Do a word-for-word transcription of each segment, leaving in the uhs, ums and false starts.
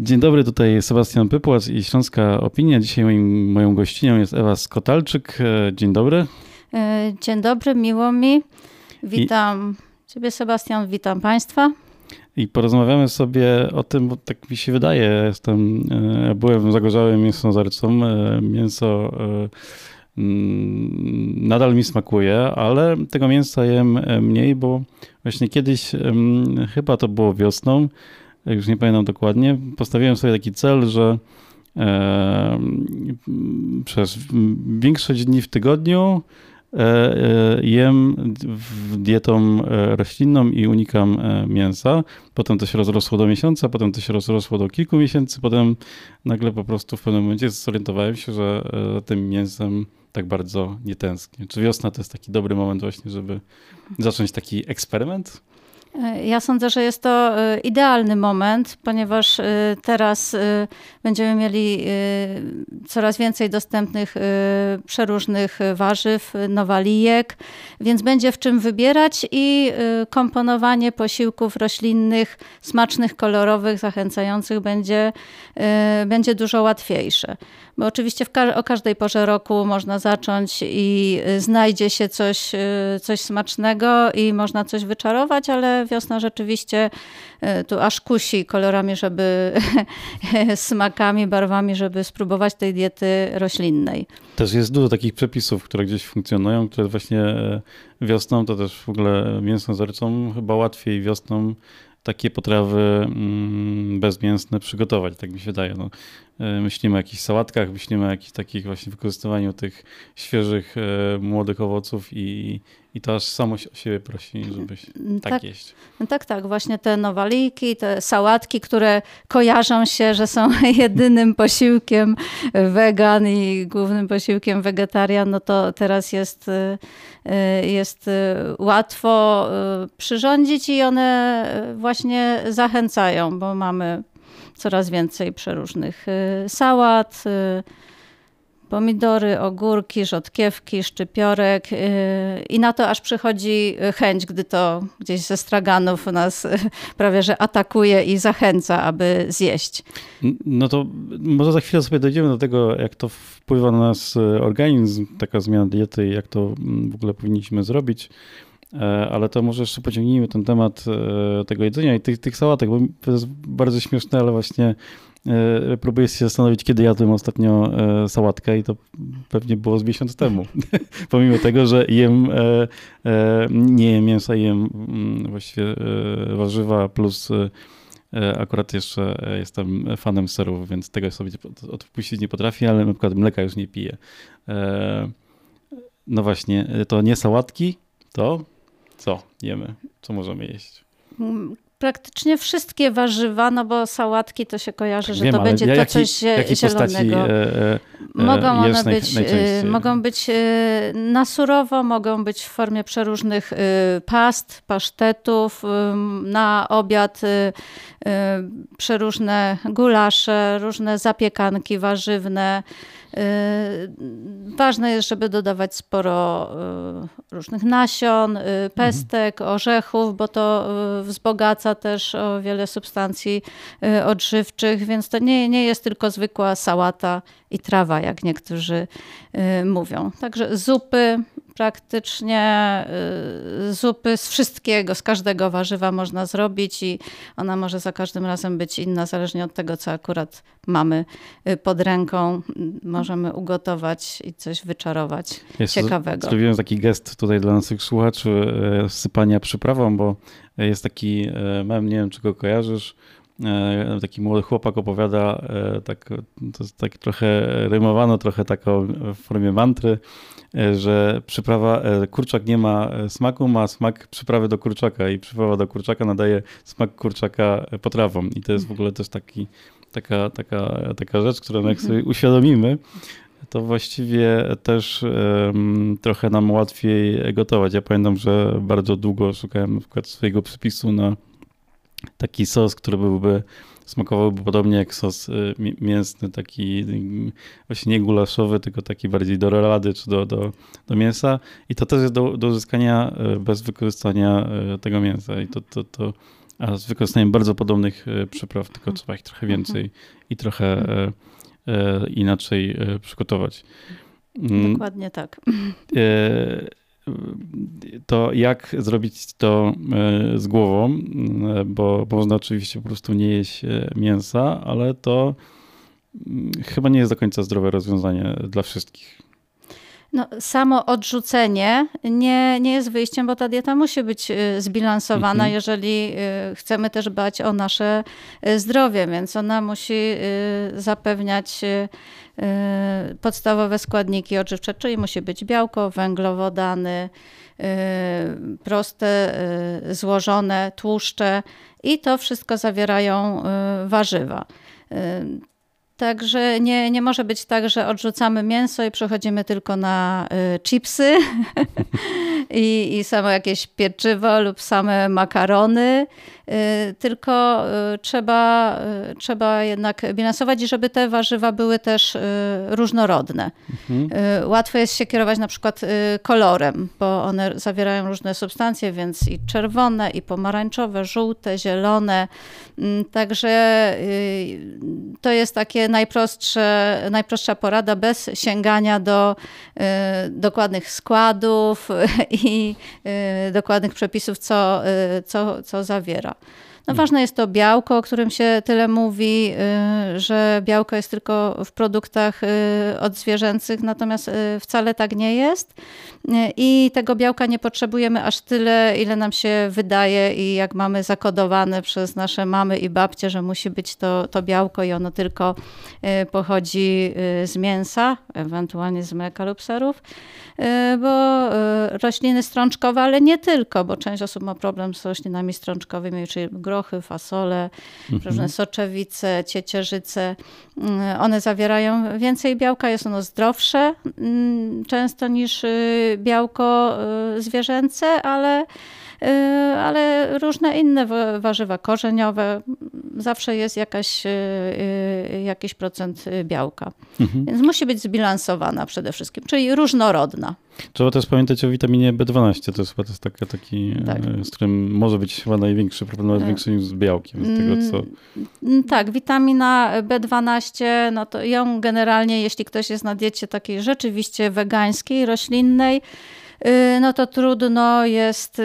Dzień dobry, tutaj Sebastian Pypłac i Śląska Opinia. Dzisiaj moim, moją gościnią jest Ewa Skotalczyk. Dzień dobry. Dzień dobry, miło mi. Witam I... Ciebie, Sebastian, witam Państwa. I porozmawiamy sobie o tym, bo tak mi się wydaje, ja jestem, ja byłem zagorzałym mięsozarcą, mięso nadal mi smakuje, ale tego mięsa jem mniej, bo właśnie kiedyś, chyba to było wiosną, już nie pamiętam dokładnie, postawiłem sobie taki cel, że e, przez większość dni w tygodniu e, jem dietą roślinną i unikam mięsa. Potem to się rozrosło do miesiąca, potem to się rozrosło do kilku miesięcy, potem nagle po prostu w pewnym momencie zorientowałem się, że za tym mięsem tak bardzo nie tęsknię. Czy wiosna to jest taki dobry moment właśnie, żeby zacząć taki eksperyment? Ja sądzę, że jest to idealny moment, ponieważ teraz będziemy mieli coraz więcej dostępnych przeróżnych warzyw, nowalijek, więc będzie w czym wybierać i komponowanie posiłków roślinnych, smacznych, kolorowych, zachęcających będzie, będzie dużo łatwiejsze. Bo oczywiście w ka- o każdej porze roku można zacząć i znajdzie się coś, coś smacznego i można coś wyczarować, ale wiosna rzeczywiście tu aż kusi kolorami, żeby smakami, barwami, żeby spróbować tej diety roślinnej. Też jest dużo takich przepisów, które gdzieś funkcjonują, które właśnie wiosną, to też w ogóle mięsozarcom chyba łatwiej wiosną takie potrawy bezmięsne przygotować, tak mi się wydaje. No, myślimy o jakichś sałatkach, myślimy o jakichś takich właśnie wykorzystywaniu tych świeżych, młodych owoców i, i to aż samo o siebie prosi, żebyś tak, tak jeść. Tak, tak. Właśnie te nowalijki, te sałatki, które kojarzą się, że są jedynym posiłkiem wegan i głównym posiłkiem wegetarian, no to teraz jest, jest łatwo przyrządzić i one właśnie zachęcają, bo mamy coraz więcej przeróżnych sałat, pomidory, ogórki, rzodkiewki, szczypiorek i na to aż przychodzi chęć, gdy to gdzieś ze straganów nas prawie że atakuje i zachęca, aby zjeść. No to może za chwilę sobie dojdziemy do tego, jak to wpływa na nas organizm, taka zmiana diety i jak to w ogóle powinniśmy zrobić. Ale to może jeszcze pociągnijmy ten temat tego jedzenia i tych, tych sałatek, bo to jest bardzo śmieszne, ale właśnie próbuję się zastanowić, kiedy jadłem ostatnio sałatkę i to pewnie było z miesiąc temu. Pomimo tego, że jem, nie jem mięsa, jem właściwie warzywa plus akurat jeszcze jestem fanem serów, więc tego sobie odpuścić nie potrafię, ale na przykład mleka już nie piję. No właśnie, to nie sałatki, to co jemy? Co możemy jeść? Praktycznie wszystkie warzywa, no bo sałatki to się kojarzy, że Wiem, to będzie to jaki, coś jakiej zielonego. Postaci, e, e, mogą one naj, być, mogą być na surowo, mogą być w formie przeróżnych past, pasztetów, na obiad przeróżne gulasze, różne zapiekanki warzywne. Ważne jest, żeby dodawać sporo różnych nasion, pestek, orzechów, bo to wzbogaca też o wiele substancji odżywczych, więc to nie, nie jest tylko zwykła sałata i trawa, jak niektórzy mówią. Także zupy, praktycznie zupy z wszystkiego, z każdego warzywa można zrobić i ona może za każdym razem być inna, zależnie od tego, co akurat mamy pod ręką. Możemy ugotować i coś wyczarować Jest, ciekawego. Zrobiłem taki gest tutaj dla naszych słuchaczy sypania przyprawą, bo jest taki mem, nie wiem, czy go kojarzysz, taki młody chłopak opowiada, tak, to jest tak trochę rymowano, trochę taką w formie mantry, że przyprawa, kurczak nie ma smaku, ma smak przyprawy do kurczaka i przyprawa do kurczaka nadaje smak kurczaka potrawom. I to jest w ogóle też taki, taka, taka, taka rzecz, którą jak sobie uświadomimy, to właściwie też um, trochę nam łatwiej gotować. Ja pamiętam, że bardzo długo szukałem na przykład swojego przepisu na taki sos, który byłby, smakowałby podobnie jak sos mięsny, taki właśnie nie gulaszowy, tylko taki bardziej do rolady czy do, do, do mięsa. I to też jest do, do uzyskania bez wykorzystania tego mięsa. I to, to, to a z wykorzystaniem bardzo podobnych przypraw, tylko trzeba ich trochę więcej i trochę inaczej przygotować. Dokładnie tak. To jak zrobić to z głową, bo można oczywiście po prostu nie jeść mięsa, ale to chyba nie jest do końca zdrowe rozwiązanie dla wszystkich. No, samo odrzucenie nie, nie jest wyjściem, bo ta dieta musi być zbilansowana, mhm. jeżeli chcemy też dbać o nasze zdrowie, więc ona musi zapewniać podstawowe składniki odżywcze, czyli musi być białko, węglowodany, proste, złożone tłuszcze i to wszystko zawierają warzywa. Także nie, nie może być tak, że odrzucamy mięso i przechodzimy tylko na y, chipsy i, i samo jakieś pieczywo lub same makarony, y, tylko y, trzeba, y, trzeba jednak bilansować i żeby te warzywa były też y, różnorodne. Mhm. Y, łatwo jest się kierować na przykład y, kolorem, bo one zawierają różne substancje, więc i czerwone, i pomarańczowe, żółte, zielone. Y, także y, to jest takie najprostsze, najprostsza porada bez sięgania do y, dokładnych składów i y, dokładnych przepisów, co, y, co, co zawiera. No ważne jest to białko, o którym się tyle mówi, że białko jest tylko w produktach odzwierzęcych, natomiast wcale tak nie jest. I tego białka nie potrzebujemy aż tyle, ile nam się wydaje i jak mamy zakodowane przez nasze mamy i babcie, że musi być to, to białko i ono tylko pochodzi z mięsa, ewentualnie z mleka lub serów, bo rośliny strączkowe, ale nie tylko, bo część osób ma problem z roślinami strączkowymi, czyli grochy, fasole, mhm. różne soczewice, ciecierzyce. One zawierają więcej białka, jest ono zdrowsze często niż białko zwierzęce, ale, ale różne inne warzywa korzeniowe. Zawsze jest jakaś, jakiś procent białka. Mhm. Więc musi być zbilansowana przede wszystkim, czyli różnorodna. Trzeba też pamiętać o witaminie B dwanaście. To jest chyba to jest taka, taki, tak. z którym może być chyba największy problem, nawet większy niż z białkiem. Z tego, co... Tak, witamina B dwanaście, no to ją generalnie, jeśli ktoś jest na diecie takiej rzeczywiście wegańskiej, roślinnej, no to trudno jest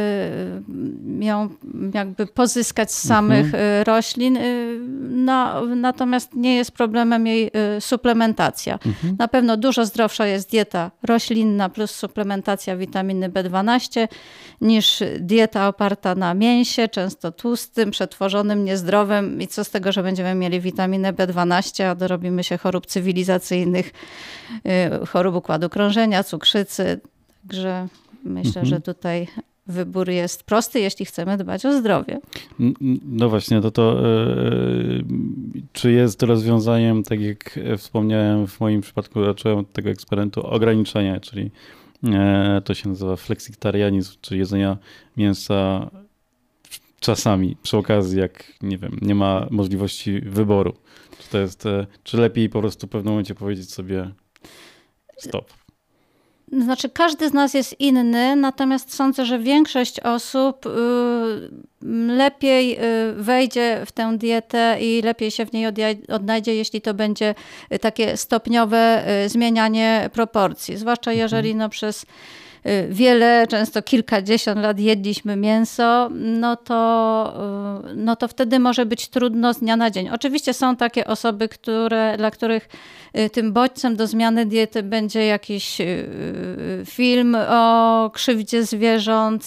ją jakby pozyskać z samych mhm. roślin. No, natomiast nie jest problemem jej suplementacja. Mhm. Na pewno dużo zdrowsza jest dieta roślinna plus suplementacja witaminy B dwanaście niż dieta oparta na mięsie, często tłustym, przetworzonym, niezdrowym. I co z tego, że będziemy mieli witaminę B dwanaście, a dorobimy się chorób cywilizacyjnych, chorób układu krążenia, cukrzycy. Także myślę, mhm. że tutaj wybór jest prosty, jeśli chcemy dbać o zdrowie. No właśnie, to to yy, czy jest rozwiązaniem, tak jak wspomniałem w moim przypadku, zacząłem od tego eksperymentu ograniczenia, czyli yy, to się nazywa fleksitarianizm, czyli jedzenia mięsa czasami, przy okazji, jak nie wiem, nie ma możliwości wyboru. Czy to jest, yy, czy lepiej po prostu w pewnym momencie powiedzieć sobie stop? Znaczy, każdy z nas jest inny, natomiast sądzę, że większość osób lepiej wejdzie w tę dietę i lepiej się w niej odnajdzie, jeśli to będzie takie stopniowe zmienianie proporcji. Zwłaszcza jeżeli no, przez wiele, często kilkadziesiąt lat jedliśmy mięso, no to, no to wtedy może być trudno z dnia na dzień. Oczywiście są takie osoby, które, dla których tym bodźcem do zmiany diety będzie jakiś film o krzywdzie zwierząt,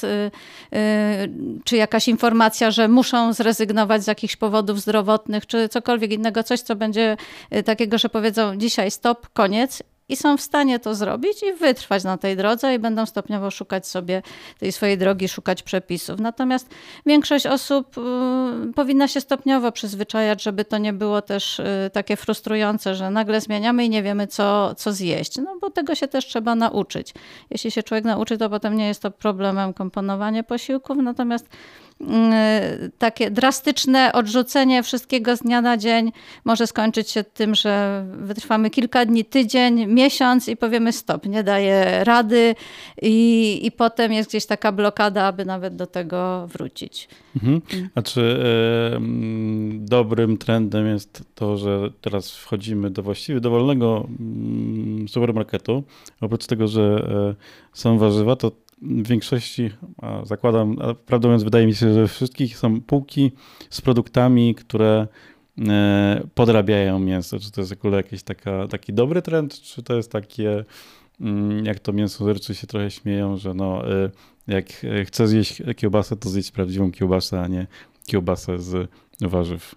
czy jakaś informacja, że muszą zrezygnować z jakichś powodów zdrowotnych, czy cokolwiek innego, coś, co będzie takiego, że powiedzą dzisiaj stop, koniec. I są w stanie to zrobić i wytrwać na tej drodze i będą stopniowo szukać sobie tej swojej drogi, szukać przepisów. Natomiast większość osób y, powinna się stopniowo przyzwyczajać, żeby to nie było też y, takie frustrujące, że nagle zmieniamy i nie wiemy, co, co zjeść. No bo tego się też trzeba nauczyć. Jeśli się człowiek nauczy, to potem nie jest to problemem komponowanie posiłków, natomiast takie drastyczne odrzucenie wszystkiego z dnia na dzień może skończyć się tym, że wytrwamy kilka dni, tydzień, miesiąc i powiemy stop, nie daję rady i, i potem jest gdzieś taka blokada, aby nawet do tego wrócić. Mhm. A czy y, dobrym trendem jest to, że teraz wchodzimy do właściwie dowolnego y, supermarketu? Oprócz tego, że y, są warzywa, to w większości, a zakładam, a prawdę mówiąc, wydaje mi się, że wszystkich są półki z produktami, które y, podrabiają mięso. Czy to jest w ogóle jakiś taka, taki dobry trend, czy to jest takie, y, jak to mięsożercy się trochę śmieją, że no... Y, jak chcę zjeść kiełbasę, to zjeść prawdziwą kiełbasę, a nie kiełbasę z warzyw.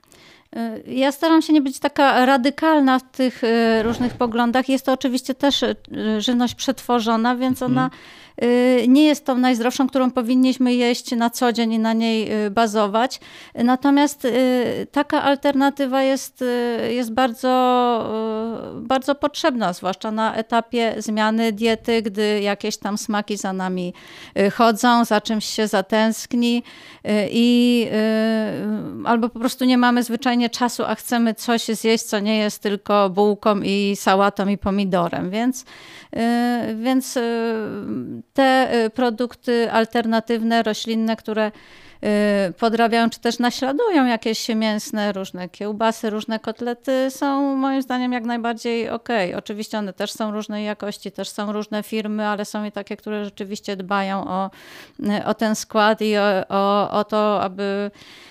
Ja staram się nie być taka radykalna w tych różnych poglądach. Jest to oczywiście też żywność przetworzona, więc ona hmm. nie jest tą najzdrowszą, którą powinniśmy jeść na co dzień i na niej bazować. Natomiast taka alternatywa jest, jest bardzo, bardzo potrzebna, zwłaszcza na etapie zmiany diety, gdy jakieś tam smaki za nami chodzą, za czymś się zatęskni i albo po prostu nie mamy zwyczajnie czasu, a chcemy coś zjeść, co nie jest tylko bułką i sałatą i pomidorem. Więc, więc te produkty alternatywne, roślinne, które podrabiają czy też naśladują jakieś mięsne, różne kiełbasy, różne kotlety, są moim zdaniem jak najbardziej okej. Okay. Oczywiście one też są różnej jakości, też są różne firmy, ale są i takie, które rzeczywiście dbają o, o ten skład i o, o, o to, aby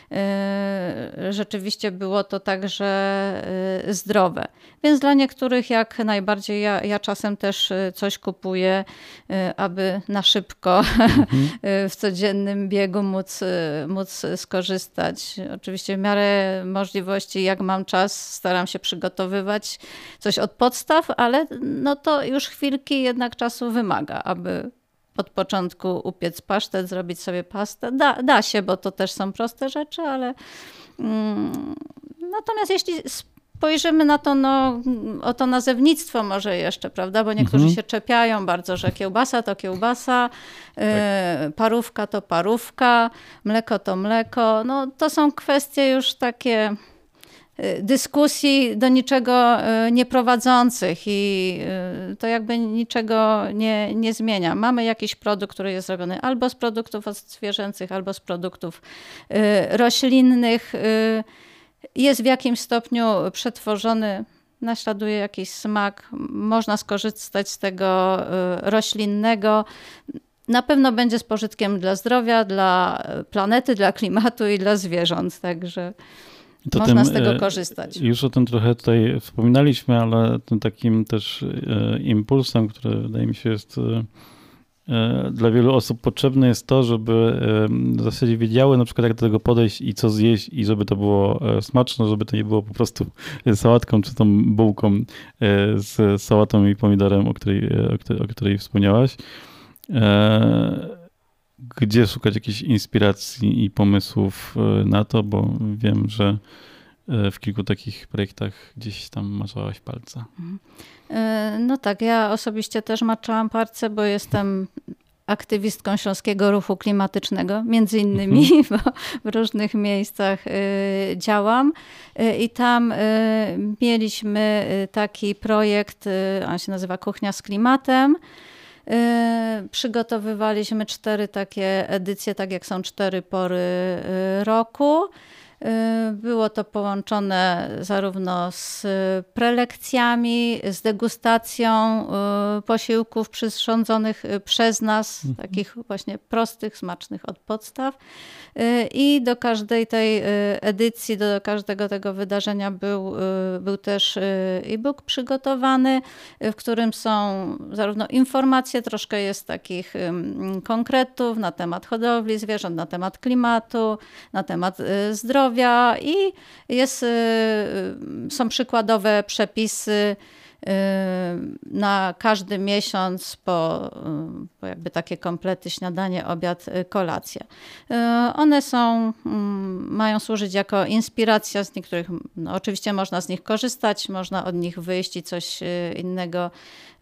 rzeczywiście było to także zdrowe. Więc dla niektórych jak najbardziej ja, ja czasem też coś kupuję, aby na szybko mhm. w codziennym biegu móc, móc skorzystać. Oczywiście w miarę możliwości, jak mam czas, staram się przygotowywać coś od podstaw, ale no to już chwilki jednak czasu wymaga, aby od początku upiec pasztet, zrobić sobie pastę. Da, da się, bo to też są proste rzeczy, ale mm, natomiast jeśli spojrzymy na to, no, o to nazewnictwo może jeszcze, prawda, bo niektórzy mhm. się czepiają bardzo, że kiełbasa to kiełbasa, tak. y, parówka to parówka, mleko to mleko. No, to są kwestie już takie dyskusji do niczego nie prowadzących i to jakby niczego nie, nie zmienia. Mamy jakiś produkt, który jest zrobiony albo z produktów odzwierzęcych, albo z produktów roślinnych. Jest w jakimś stopniu przetworzony, naśladuje jakiś smak, można skorzystać z tego roślinnego. Na pewno będzie z pożytkiem dla zdrowia, dla planety, dla klimatu i dla zwierząt, także to można tym, z tego korzystać. Już o tym trochę tutaj wspominaliśmy, ale tym takim też impulsem, który wydaje mi się jest dla wielu osób potrzebne, jest to, żeby w zasadzie wiedziały na przykład jak do tego podejść i co zjeść i żeby to było smaczne, żeby to nie było po prostu sałatką czy tą bułką z sałatą i pomidorem, o której, o której, o której wspomniałaś. Gdzie szukać jakichś inspiracji i pomysłów na to, bo wiem, że w kilku takich projektach gdzieś tam maczałaś palce. No tak, ja osobiście też maczałam palce, bo jestem aktywistką Śląskiego Ruchu Klimatycznego, między innymi, mhm. bo w różnych miejscach działam i tam mieliśmy taki projekt, on się nazywa Kuchnia z klimatem. Przygotowywaliśmy cztery takie edycje, tak jak są cztery pory roku. Było to połączone zarówno z prelekcjami, z degustacją posiłków przyrządzonych przez nas, mhm. takich właśnie prostych, smacznych od podstaw. I do każdej tej edycji, do każdego tego wydarzenia był, był też e-book przygotowany, w którym są zarówno informacje, troszkę jest takich konkretów na temat hodowli zwierząt, na temat klimatu, na temat zdrowia i jest, są przykładowe przepisy na każdy miesiąc po, po jakby takie komplety śniadanie, obiad, kolacja. One są, mają służyć jako inspiracja, z niektórych no oczywiście można z nich korzystać, można od nich wyjść i coś innego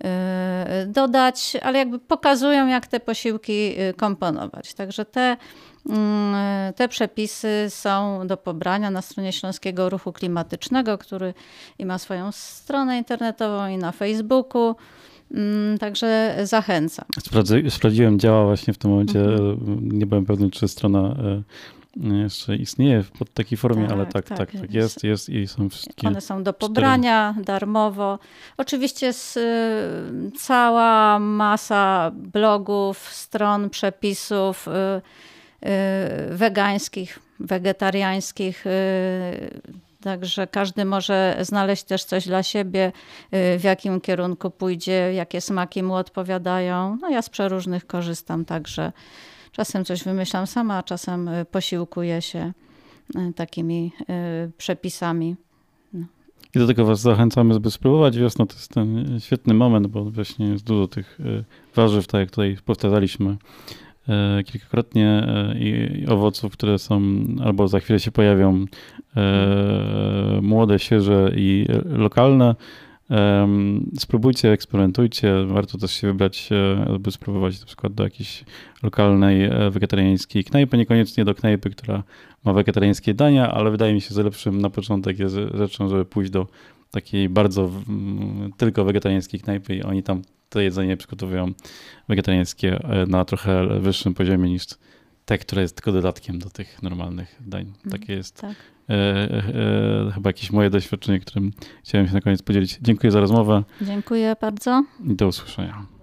dodać, ale jakby pokazują, jak te posiłki komponować. Także te, te przepisy są do pobrania na stronie Śląskiego Ruchu Klimatycznego, który i ma swoją stronę internetową i na Facebooku. Także zachęcam. Sprawdziłem, działa właśnie w tym momencie. Mhm. Nie byłem pewny, czy strona jeszcze istnieje w takiej formie, tak, ale tak, tak, tak, tak jest, jest i są wszystkie. One są do pobrania cztery. Darmowo. Oczywiście jest cała masa blogów, stron, przepisów wegańskich, wegetariańskich. Także każdy może znaleźć też coś dla siebie, w jakim kierunku pójdzie, jakie smaki mu odpowiadają. No ja z przeróżnych korzystam także. Czasem coś wymyślam sama, a czasem posiłkuję się takimi przepisami. No. I do tego was zachęcamy, by spróbować. Wiosna to jest ten świetny moment, bo właśnie jest dużo tych warzyw, tak jak tutaj powtarzaliśmy kilkakrotnie, i owoców, które są albo za chwilę się pojawią, młode, świeże i lokalne. Spróbujcie, eksperymentujcie. Warto też się wybrać, by spróbować na przykład do jakiejś lokalnej wegetariańskiej knajpy, niekoniecznie do knajpy, która ma wegetariańskie dania, ale wydaje mi się, że lepszym na początek jest rzeczą, żeby pójść do takiej bardzo tylko wegetariańskiej knajpy i oni tam to jedzenie przygotowują wegetariańskie na trochę wyższym poziomie niż te, które jest tylko dodatkiem do tych normalnych dań. Takie jest tak. e, e, chyba jakieś moje doświadczenie, którym chciałem się na koniec podzielić. Dziękuję za rozmowę. Dziękuję bardzo. I do usłyszenia.